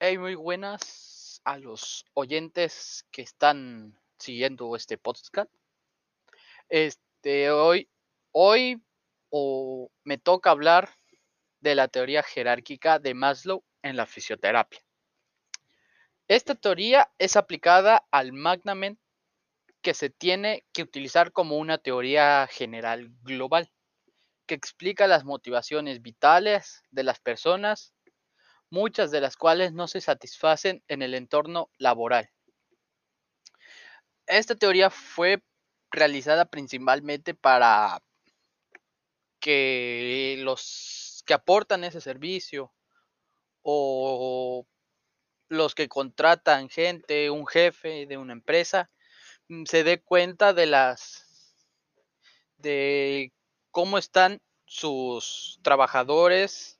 Hey, muy buenas a los oyentes que están siguiendo este podcast. Hoy me toca hablar de la teoría jerárquica de Maslow en la fisioterapia. Esta teoría es aplicada al Magnament que se tiene que utilizar como una teoría general global, que explica las motivaciones vitales de las personas, muchas de las cuales no se satisfacen en el entorno laboral. Esta teoría fue realizada principalmente para que los que aportan ese servicio o los que contratan gente, un jefe de una empresa, se dé cuenta de cómo están sus trabajadores,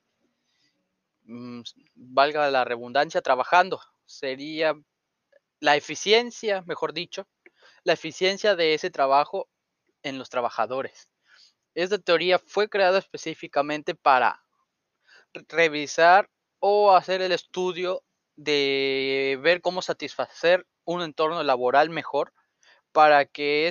valga la redundancia, trabajando. Sería la eficiencia, mejor dicho, la eficiencia de ese trabajo en los trabajadores. Esta teoría fue creada específicamente para revisar o hacer el estudio de ver cómo satisfacer un entorno laboral mejor para que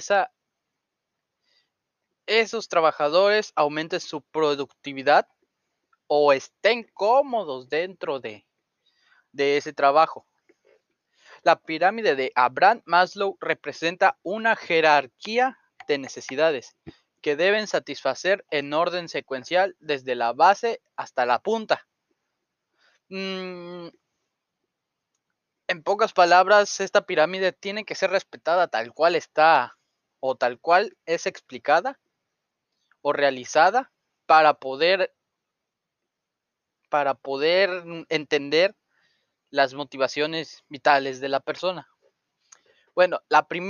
esos trabajadores aumenten su productividad o estén cómodos dentro de ese trabajo. La pirámide de Abraham Maslow representa una jerarquía de necesidades que deben satisfacer en orden secuencial desde la base hasta la punta. En pocas palabras, esta pirámide tiene que ser respetada tal cual está o tal cual es explicada o realizada para poder, para poder entender las motivaciones vitales de la persona. Bueno,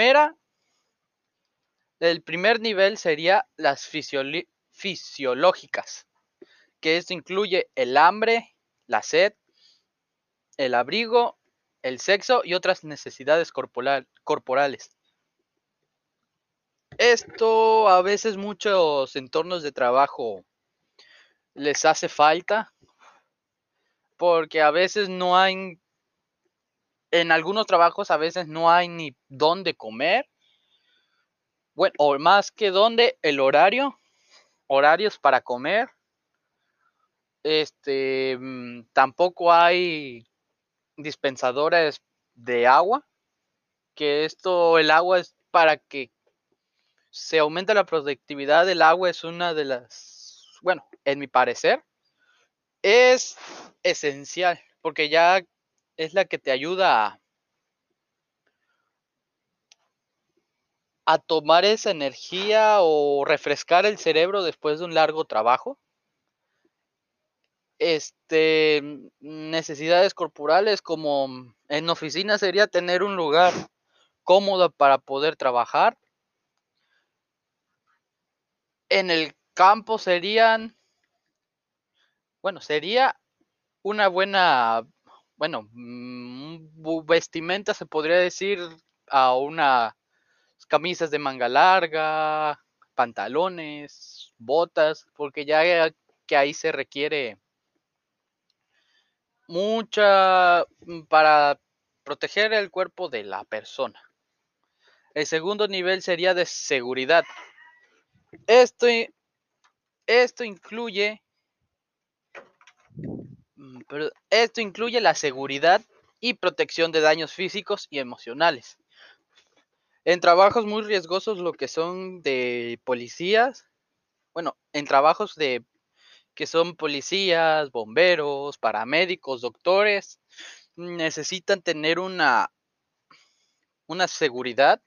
el primer nivel sería las fisiológicas, que esto incluye el hambre, la sed, el abrigo, el sexo y otras necesidades corporales. Esto a veces muchos entornos de trabajo les hace falta porque a veces no hay, en algunos trabajos a veces no hay ni dónde comer, bueno, o más que dónde, el horario, horarios para comer, tampoco hay dispensadores de agua, que el agua es para que se aumente la productividad del agua, es una de las, bueno, en mi parecer, es esencial, porque ya es la que te ayuda a tomar esa energía o refrescar el cerebro después de un largo trabajo. Necesidades corporales como en oficina sería tener un lugar cómodo para poder trabajar. En el campo sería una buena, bueno, vestimenta se podría decir a una camisas de manga larga, pantalones, botas, porque ya que ahí se requiere mucha para proteger el cuerpo de la persona. El segundo nivel sería de seguridad. Esto, esto incluye, esto incluye la seguridad y protección de daños físicos y emocionales. En trabajos muy riesgosos, lo que son de policías, bueno, en trabajos de que son policías, bomberos, paramédicos, doctores, necesitan tener una seguridad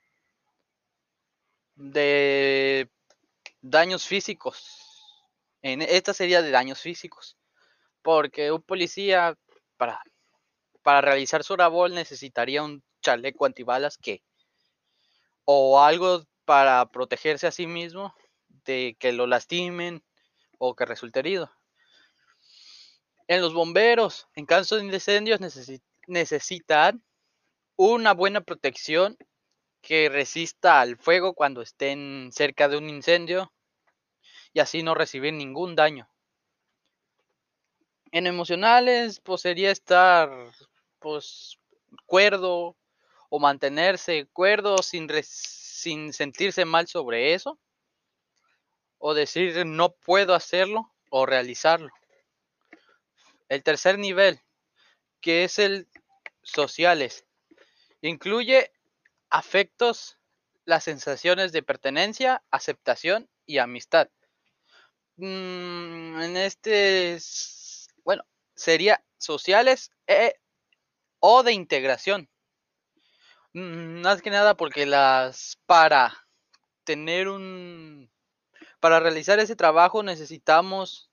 de daños físicos. Esta sería de daños físicos, porque un policía para, para realizar su labor necesitaría un chaleco antibalas o algo para protegerse a sí mismo de que lo lastimen o que resulte herido. En los bomberos, en caso de incendios, necesitan una buena protección que resista al fuego cuando estén cerca de un incendio y así no recibir ningún daño. En emocionales, pues sería estar pues cuerdo o mantenerse cuerdo sin sentirse mal sobre eso o decir no puedo hacerlo o realizarlo. El tercer nivel, que es el sociales, incluye afectos, las sensaciones de pertenencia, aceptación y amistad. En este, bueno, sería sociales o de integración. Más que nada porque tener un, para realizar ese trabajo necesitamos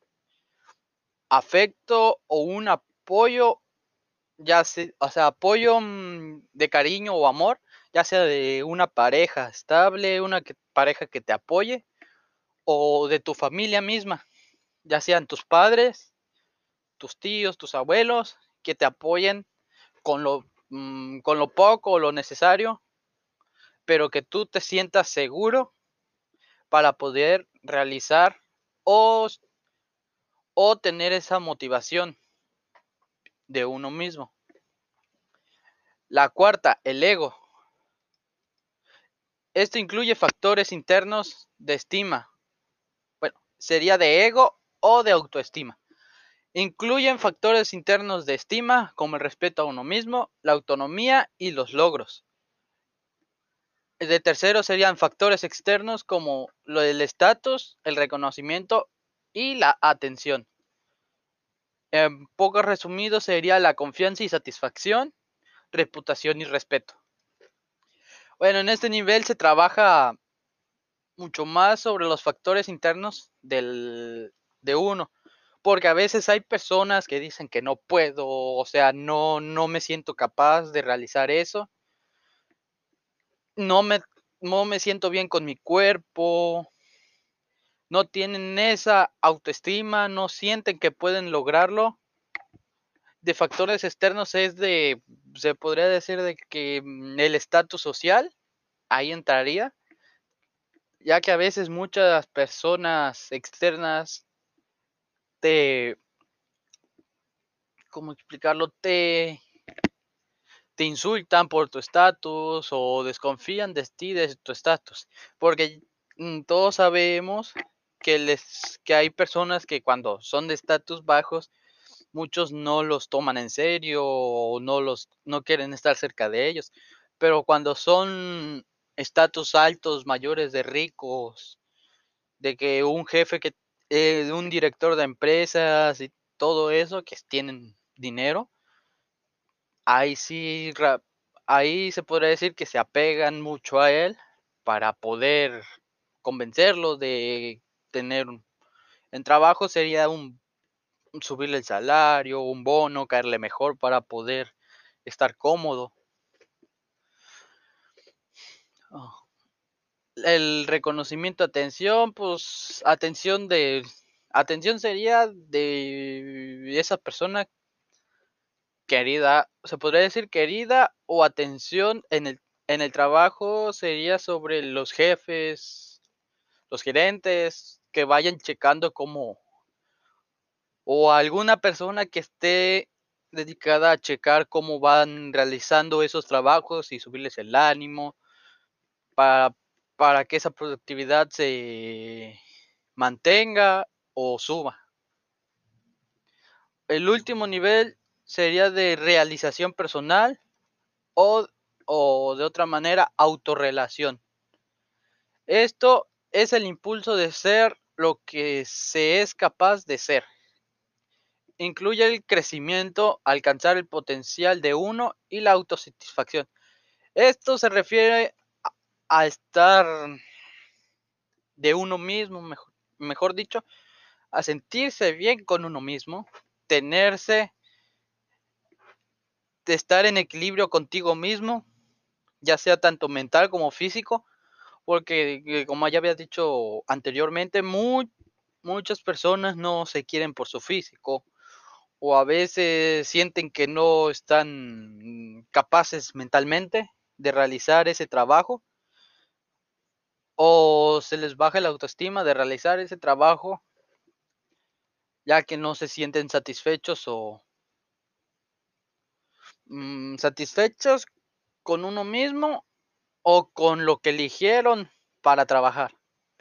afecto o un apoyo, ya sea, o sea, apoyo de cariño o amor, ya sea de una pareja estable, pareja que te apoye o de tu familia misma, ya sean tus padres, tus tíos, tus abuelos, que te apoyen con lo poco o lo necesario, pero que tú te sientas seguro para poder realizar o, o tener esa motivación de uno mismo. La cuarta, el ego. Esto incluye factores internos de estima. Bueno, sería de ego o de autoestima. Incluyen factores internos de estima como el respeto a uno mismo, la autonomía y los logros. De tercero serían factores externos como lo del estatus, el reconocimiento y la atención. En poco resumido sería la confianza y satisfacción, reputación y respeto. Bueno, en este nivel se trabaja mucho más sobre los factores internos de uno, porque a veces hay personas que dicen que no puedo, o sea, no me siento capaz de realizar eso, no me, no me siento bien con mi cuerpo, no tienen esa autoestima, no sienten que pueden lograrlo. De factores externos se podría decir de que el estatus social, ahí entraría, ya que a veces muchas personas externas te, ¿cómo explicarlo? Te insultan por tu estatus o desconfían de ti, de tu estatus. Porque todos sabemos que hay personas que cuando son de estatus bajos, muchos no los toman en serio o no quieren estar cerca de ellos. Pero cuando son estatus altos, mayores de ricos, de que un jefe de un director de empresas y todo eso, que tienen dinero, ahí sí, ahí se podría decir que se apegan mucho a él para poder convencerlo de tener en trabajo sería subirle el salario, un bono, caerle mejor para poder estar cómodo. Oh. El reconocimiento, atención, pues atención sería de esa persona querida, se podría decir querida o atención en el trabajo sería sobre los jefes, los gerentes, que vayan checando o alguna persona que esté dedicada a checar cómo van realizando esos trabajos y subirles el ánimo para, para que esa productividad se mantenga o suba. El último nivel sería de realización personal o, o de otra manera autorrelación. Esto es el impulso de ser lo que se es capaz de ser. Incluye el crecimiento, alcanzar el potencial de uno y la autosatisfacción. Esto se refiere a estar de uno mismo, mejor dicho, a sentirse bien con uno mismo, tenerse, de estar en equilibrio contigo mismo, ya sea tanto mental como físico, porque como ya había dicho anteriormente, muchas personas no se quieren por su físico o a veces sienten que no están capaces mentalmente de realizar ese trabajo o se les baja la autoestima de realizar ese trabajo ya que no se sienten satisfechos satisfechos con uno mismo o con lo que eligieron para trabajar.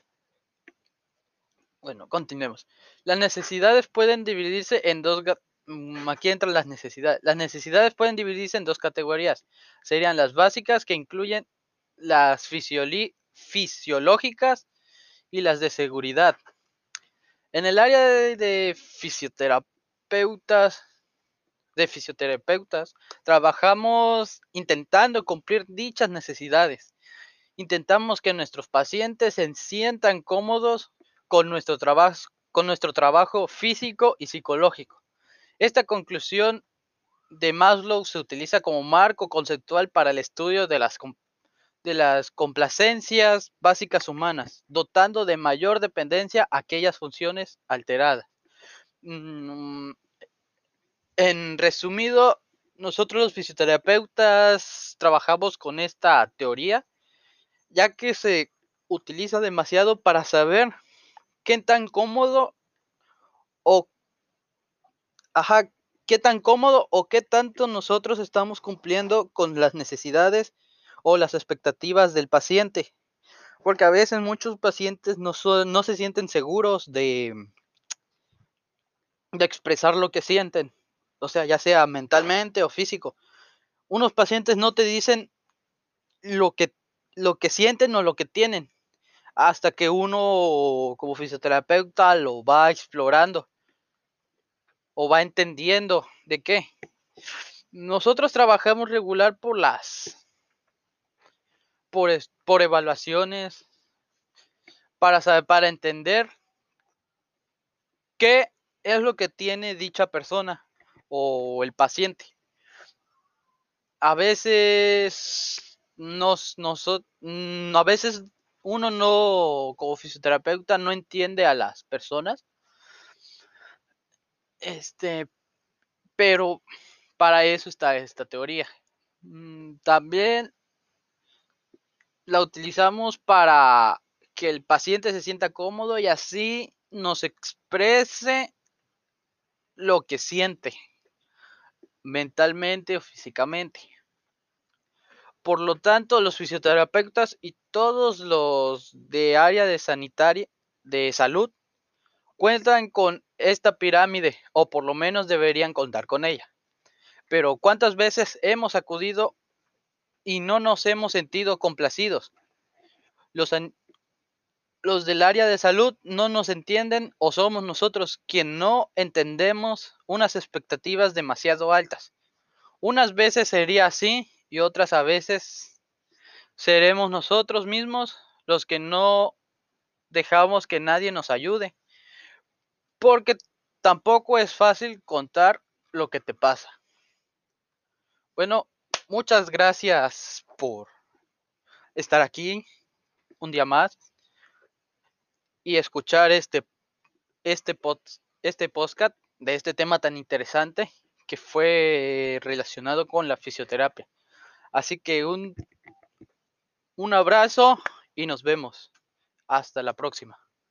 Bueno, continuemos. Las necesidades pueden dividirse en dos. Aquí entran las necesidades. Las necesidades pueden dividirse en dos categorías. Serían las básicas, que incluyen las fisiológicas y las de seguridad. En el área de fisioterapeutas, trabajamos intentando cumplir dichas necesidades. Intentamos que nuestros pacientes se sientan cómodos con nuestro trabajo físico y psicológico. Esta conclusión de Maslow se utiliza como marco conceptual para el estudio de las complacencias básicas humanas, dotando de mayor dependencia a aquellas funciones alteradas. Mm, En resumido, nosotros los fisioterapeutas trabajamos con esta teoría, ya que se utiliza demasiado para saber qué tan cómodo o ajá, qué tan cómodo o qué tanto nosotros estamos cumpliendo con las necesidades o las expectativas del paciente. Porque a veces muchos pacientes no se sienten seguros de expresar lo que sienten, o sea, ya sea mentalmente o físico. Unos pacientes no te dicen lo que, lo que sienten o lo que tienen, hasta que uno como fisioterapeuta lo va explorando o va entendiendo de qué. Nosotros trabajamos regular por evaluaciones, para entender qué es lo que tiene dicha persona o el paciente. A veces a veces uno no, como fisioterapeuta, no entiende a las personas, este, pero para eso está esta teoría. También la utilizamos para que el paciente se sienta cómodo y así nos exprese lo que siente mentalmente o físicamente. Por lo tanto, los fisioterapeutas y todos los de área de sanitaria de salud cuentan con esta pirámide, o por lo menos deberían contar con ella. Pero ¿cuántas veces hemos acudido y no nos hemos sentido complacidos? Los, los del área de salud no nos entienden, o somos nosotros quien no entendemos unas expectativas demasiado altas. Unas veces sería así y otras a veces seremos nosotros mismos los que no dejamos que nadie nos ayude, porque tampoco es fácil contar lo que te pasa. Bueno, muchas gracias por estar aquí un día más y escuchar este, pod, este podcast de este tema tan interesante que fue relacionado con la fisioterapia. Así que un abrazo y nos vemos. Hasta la próxima.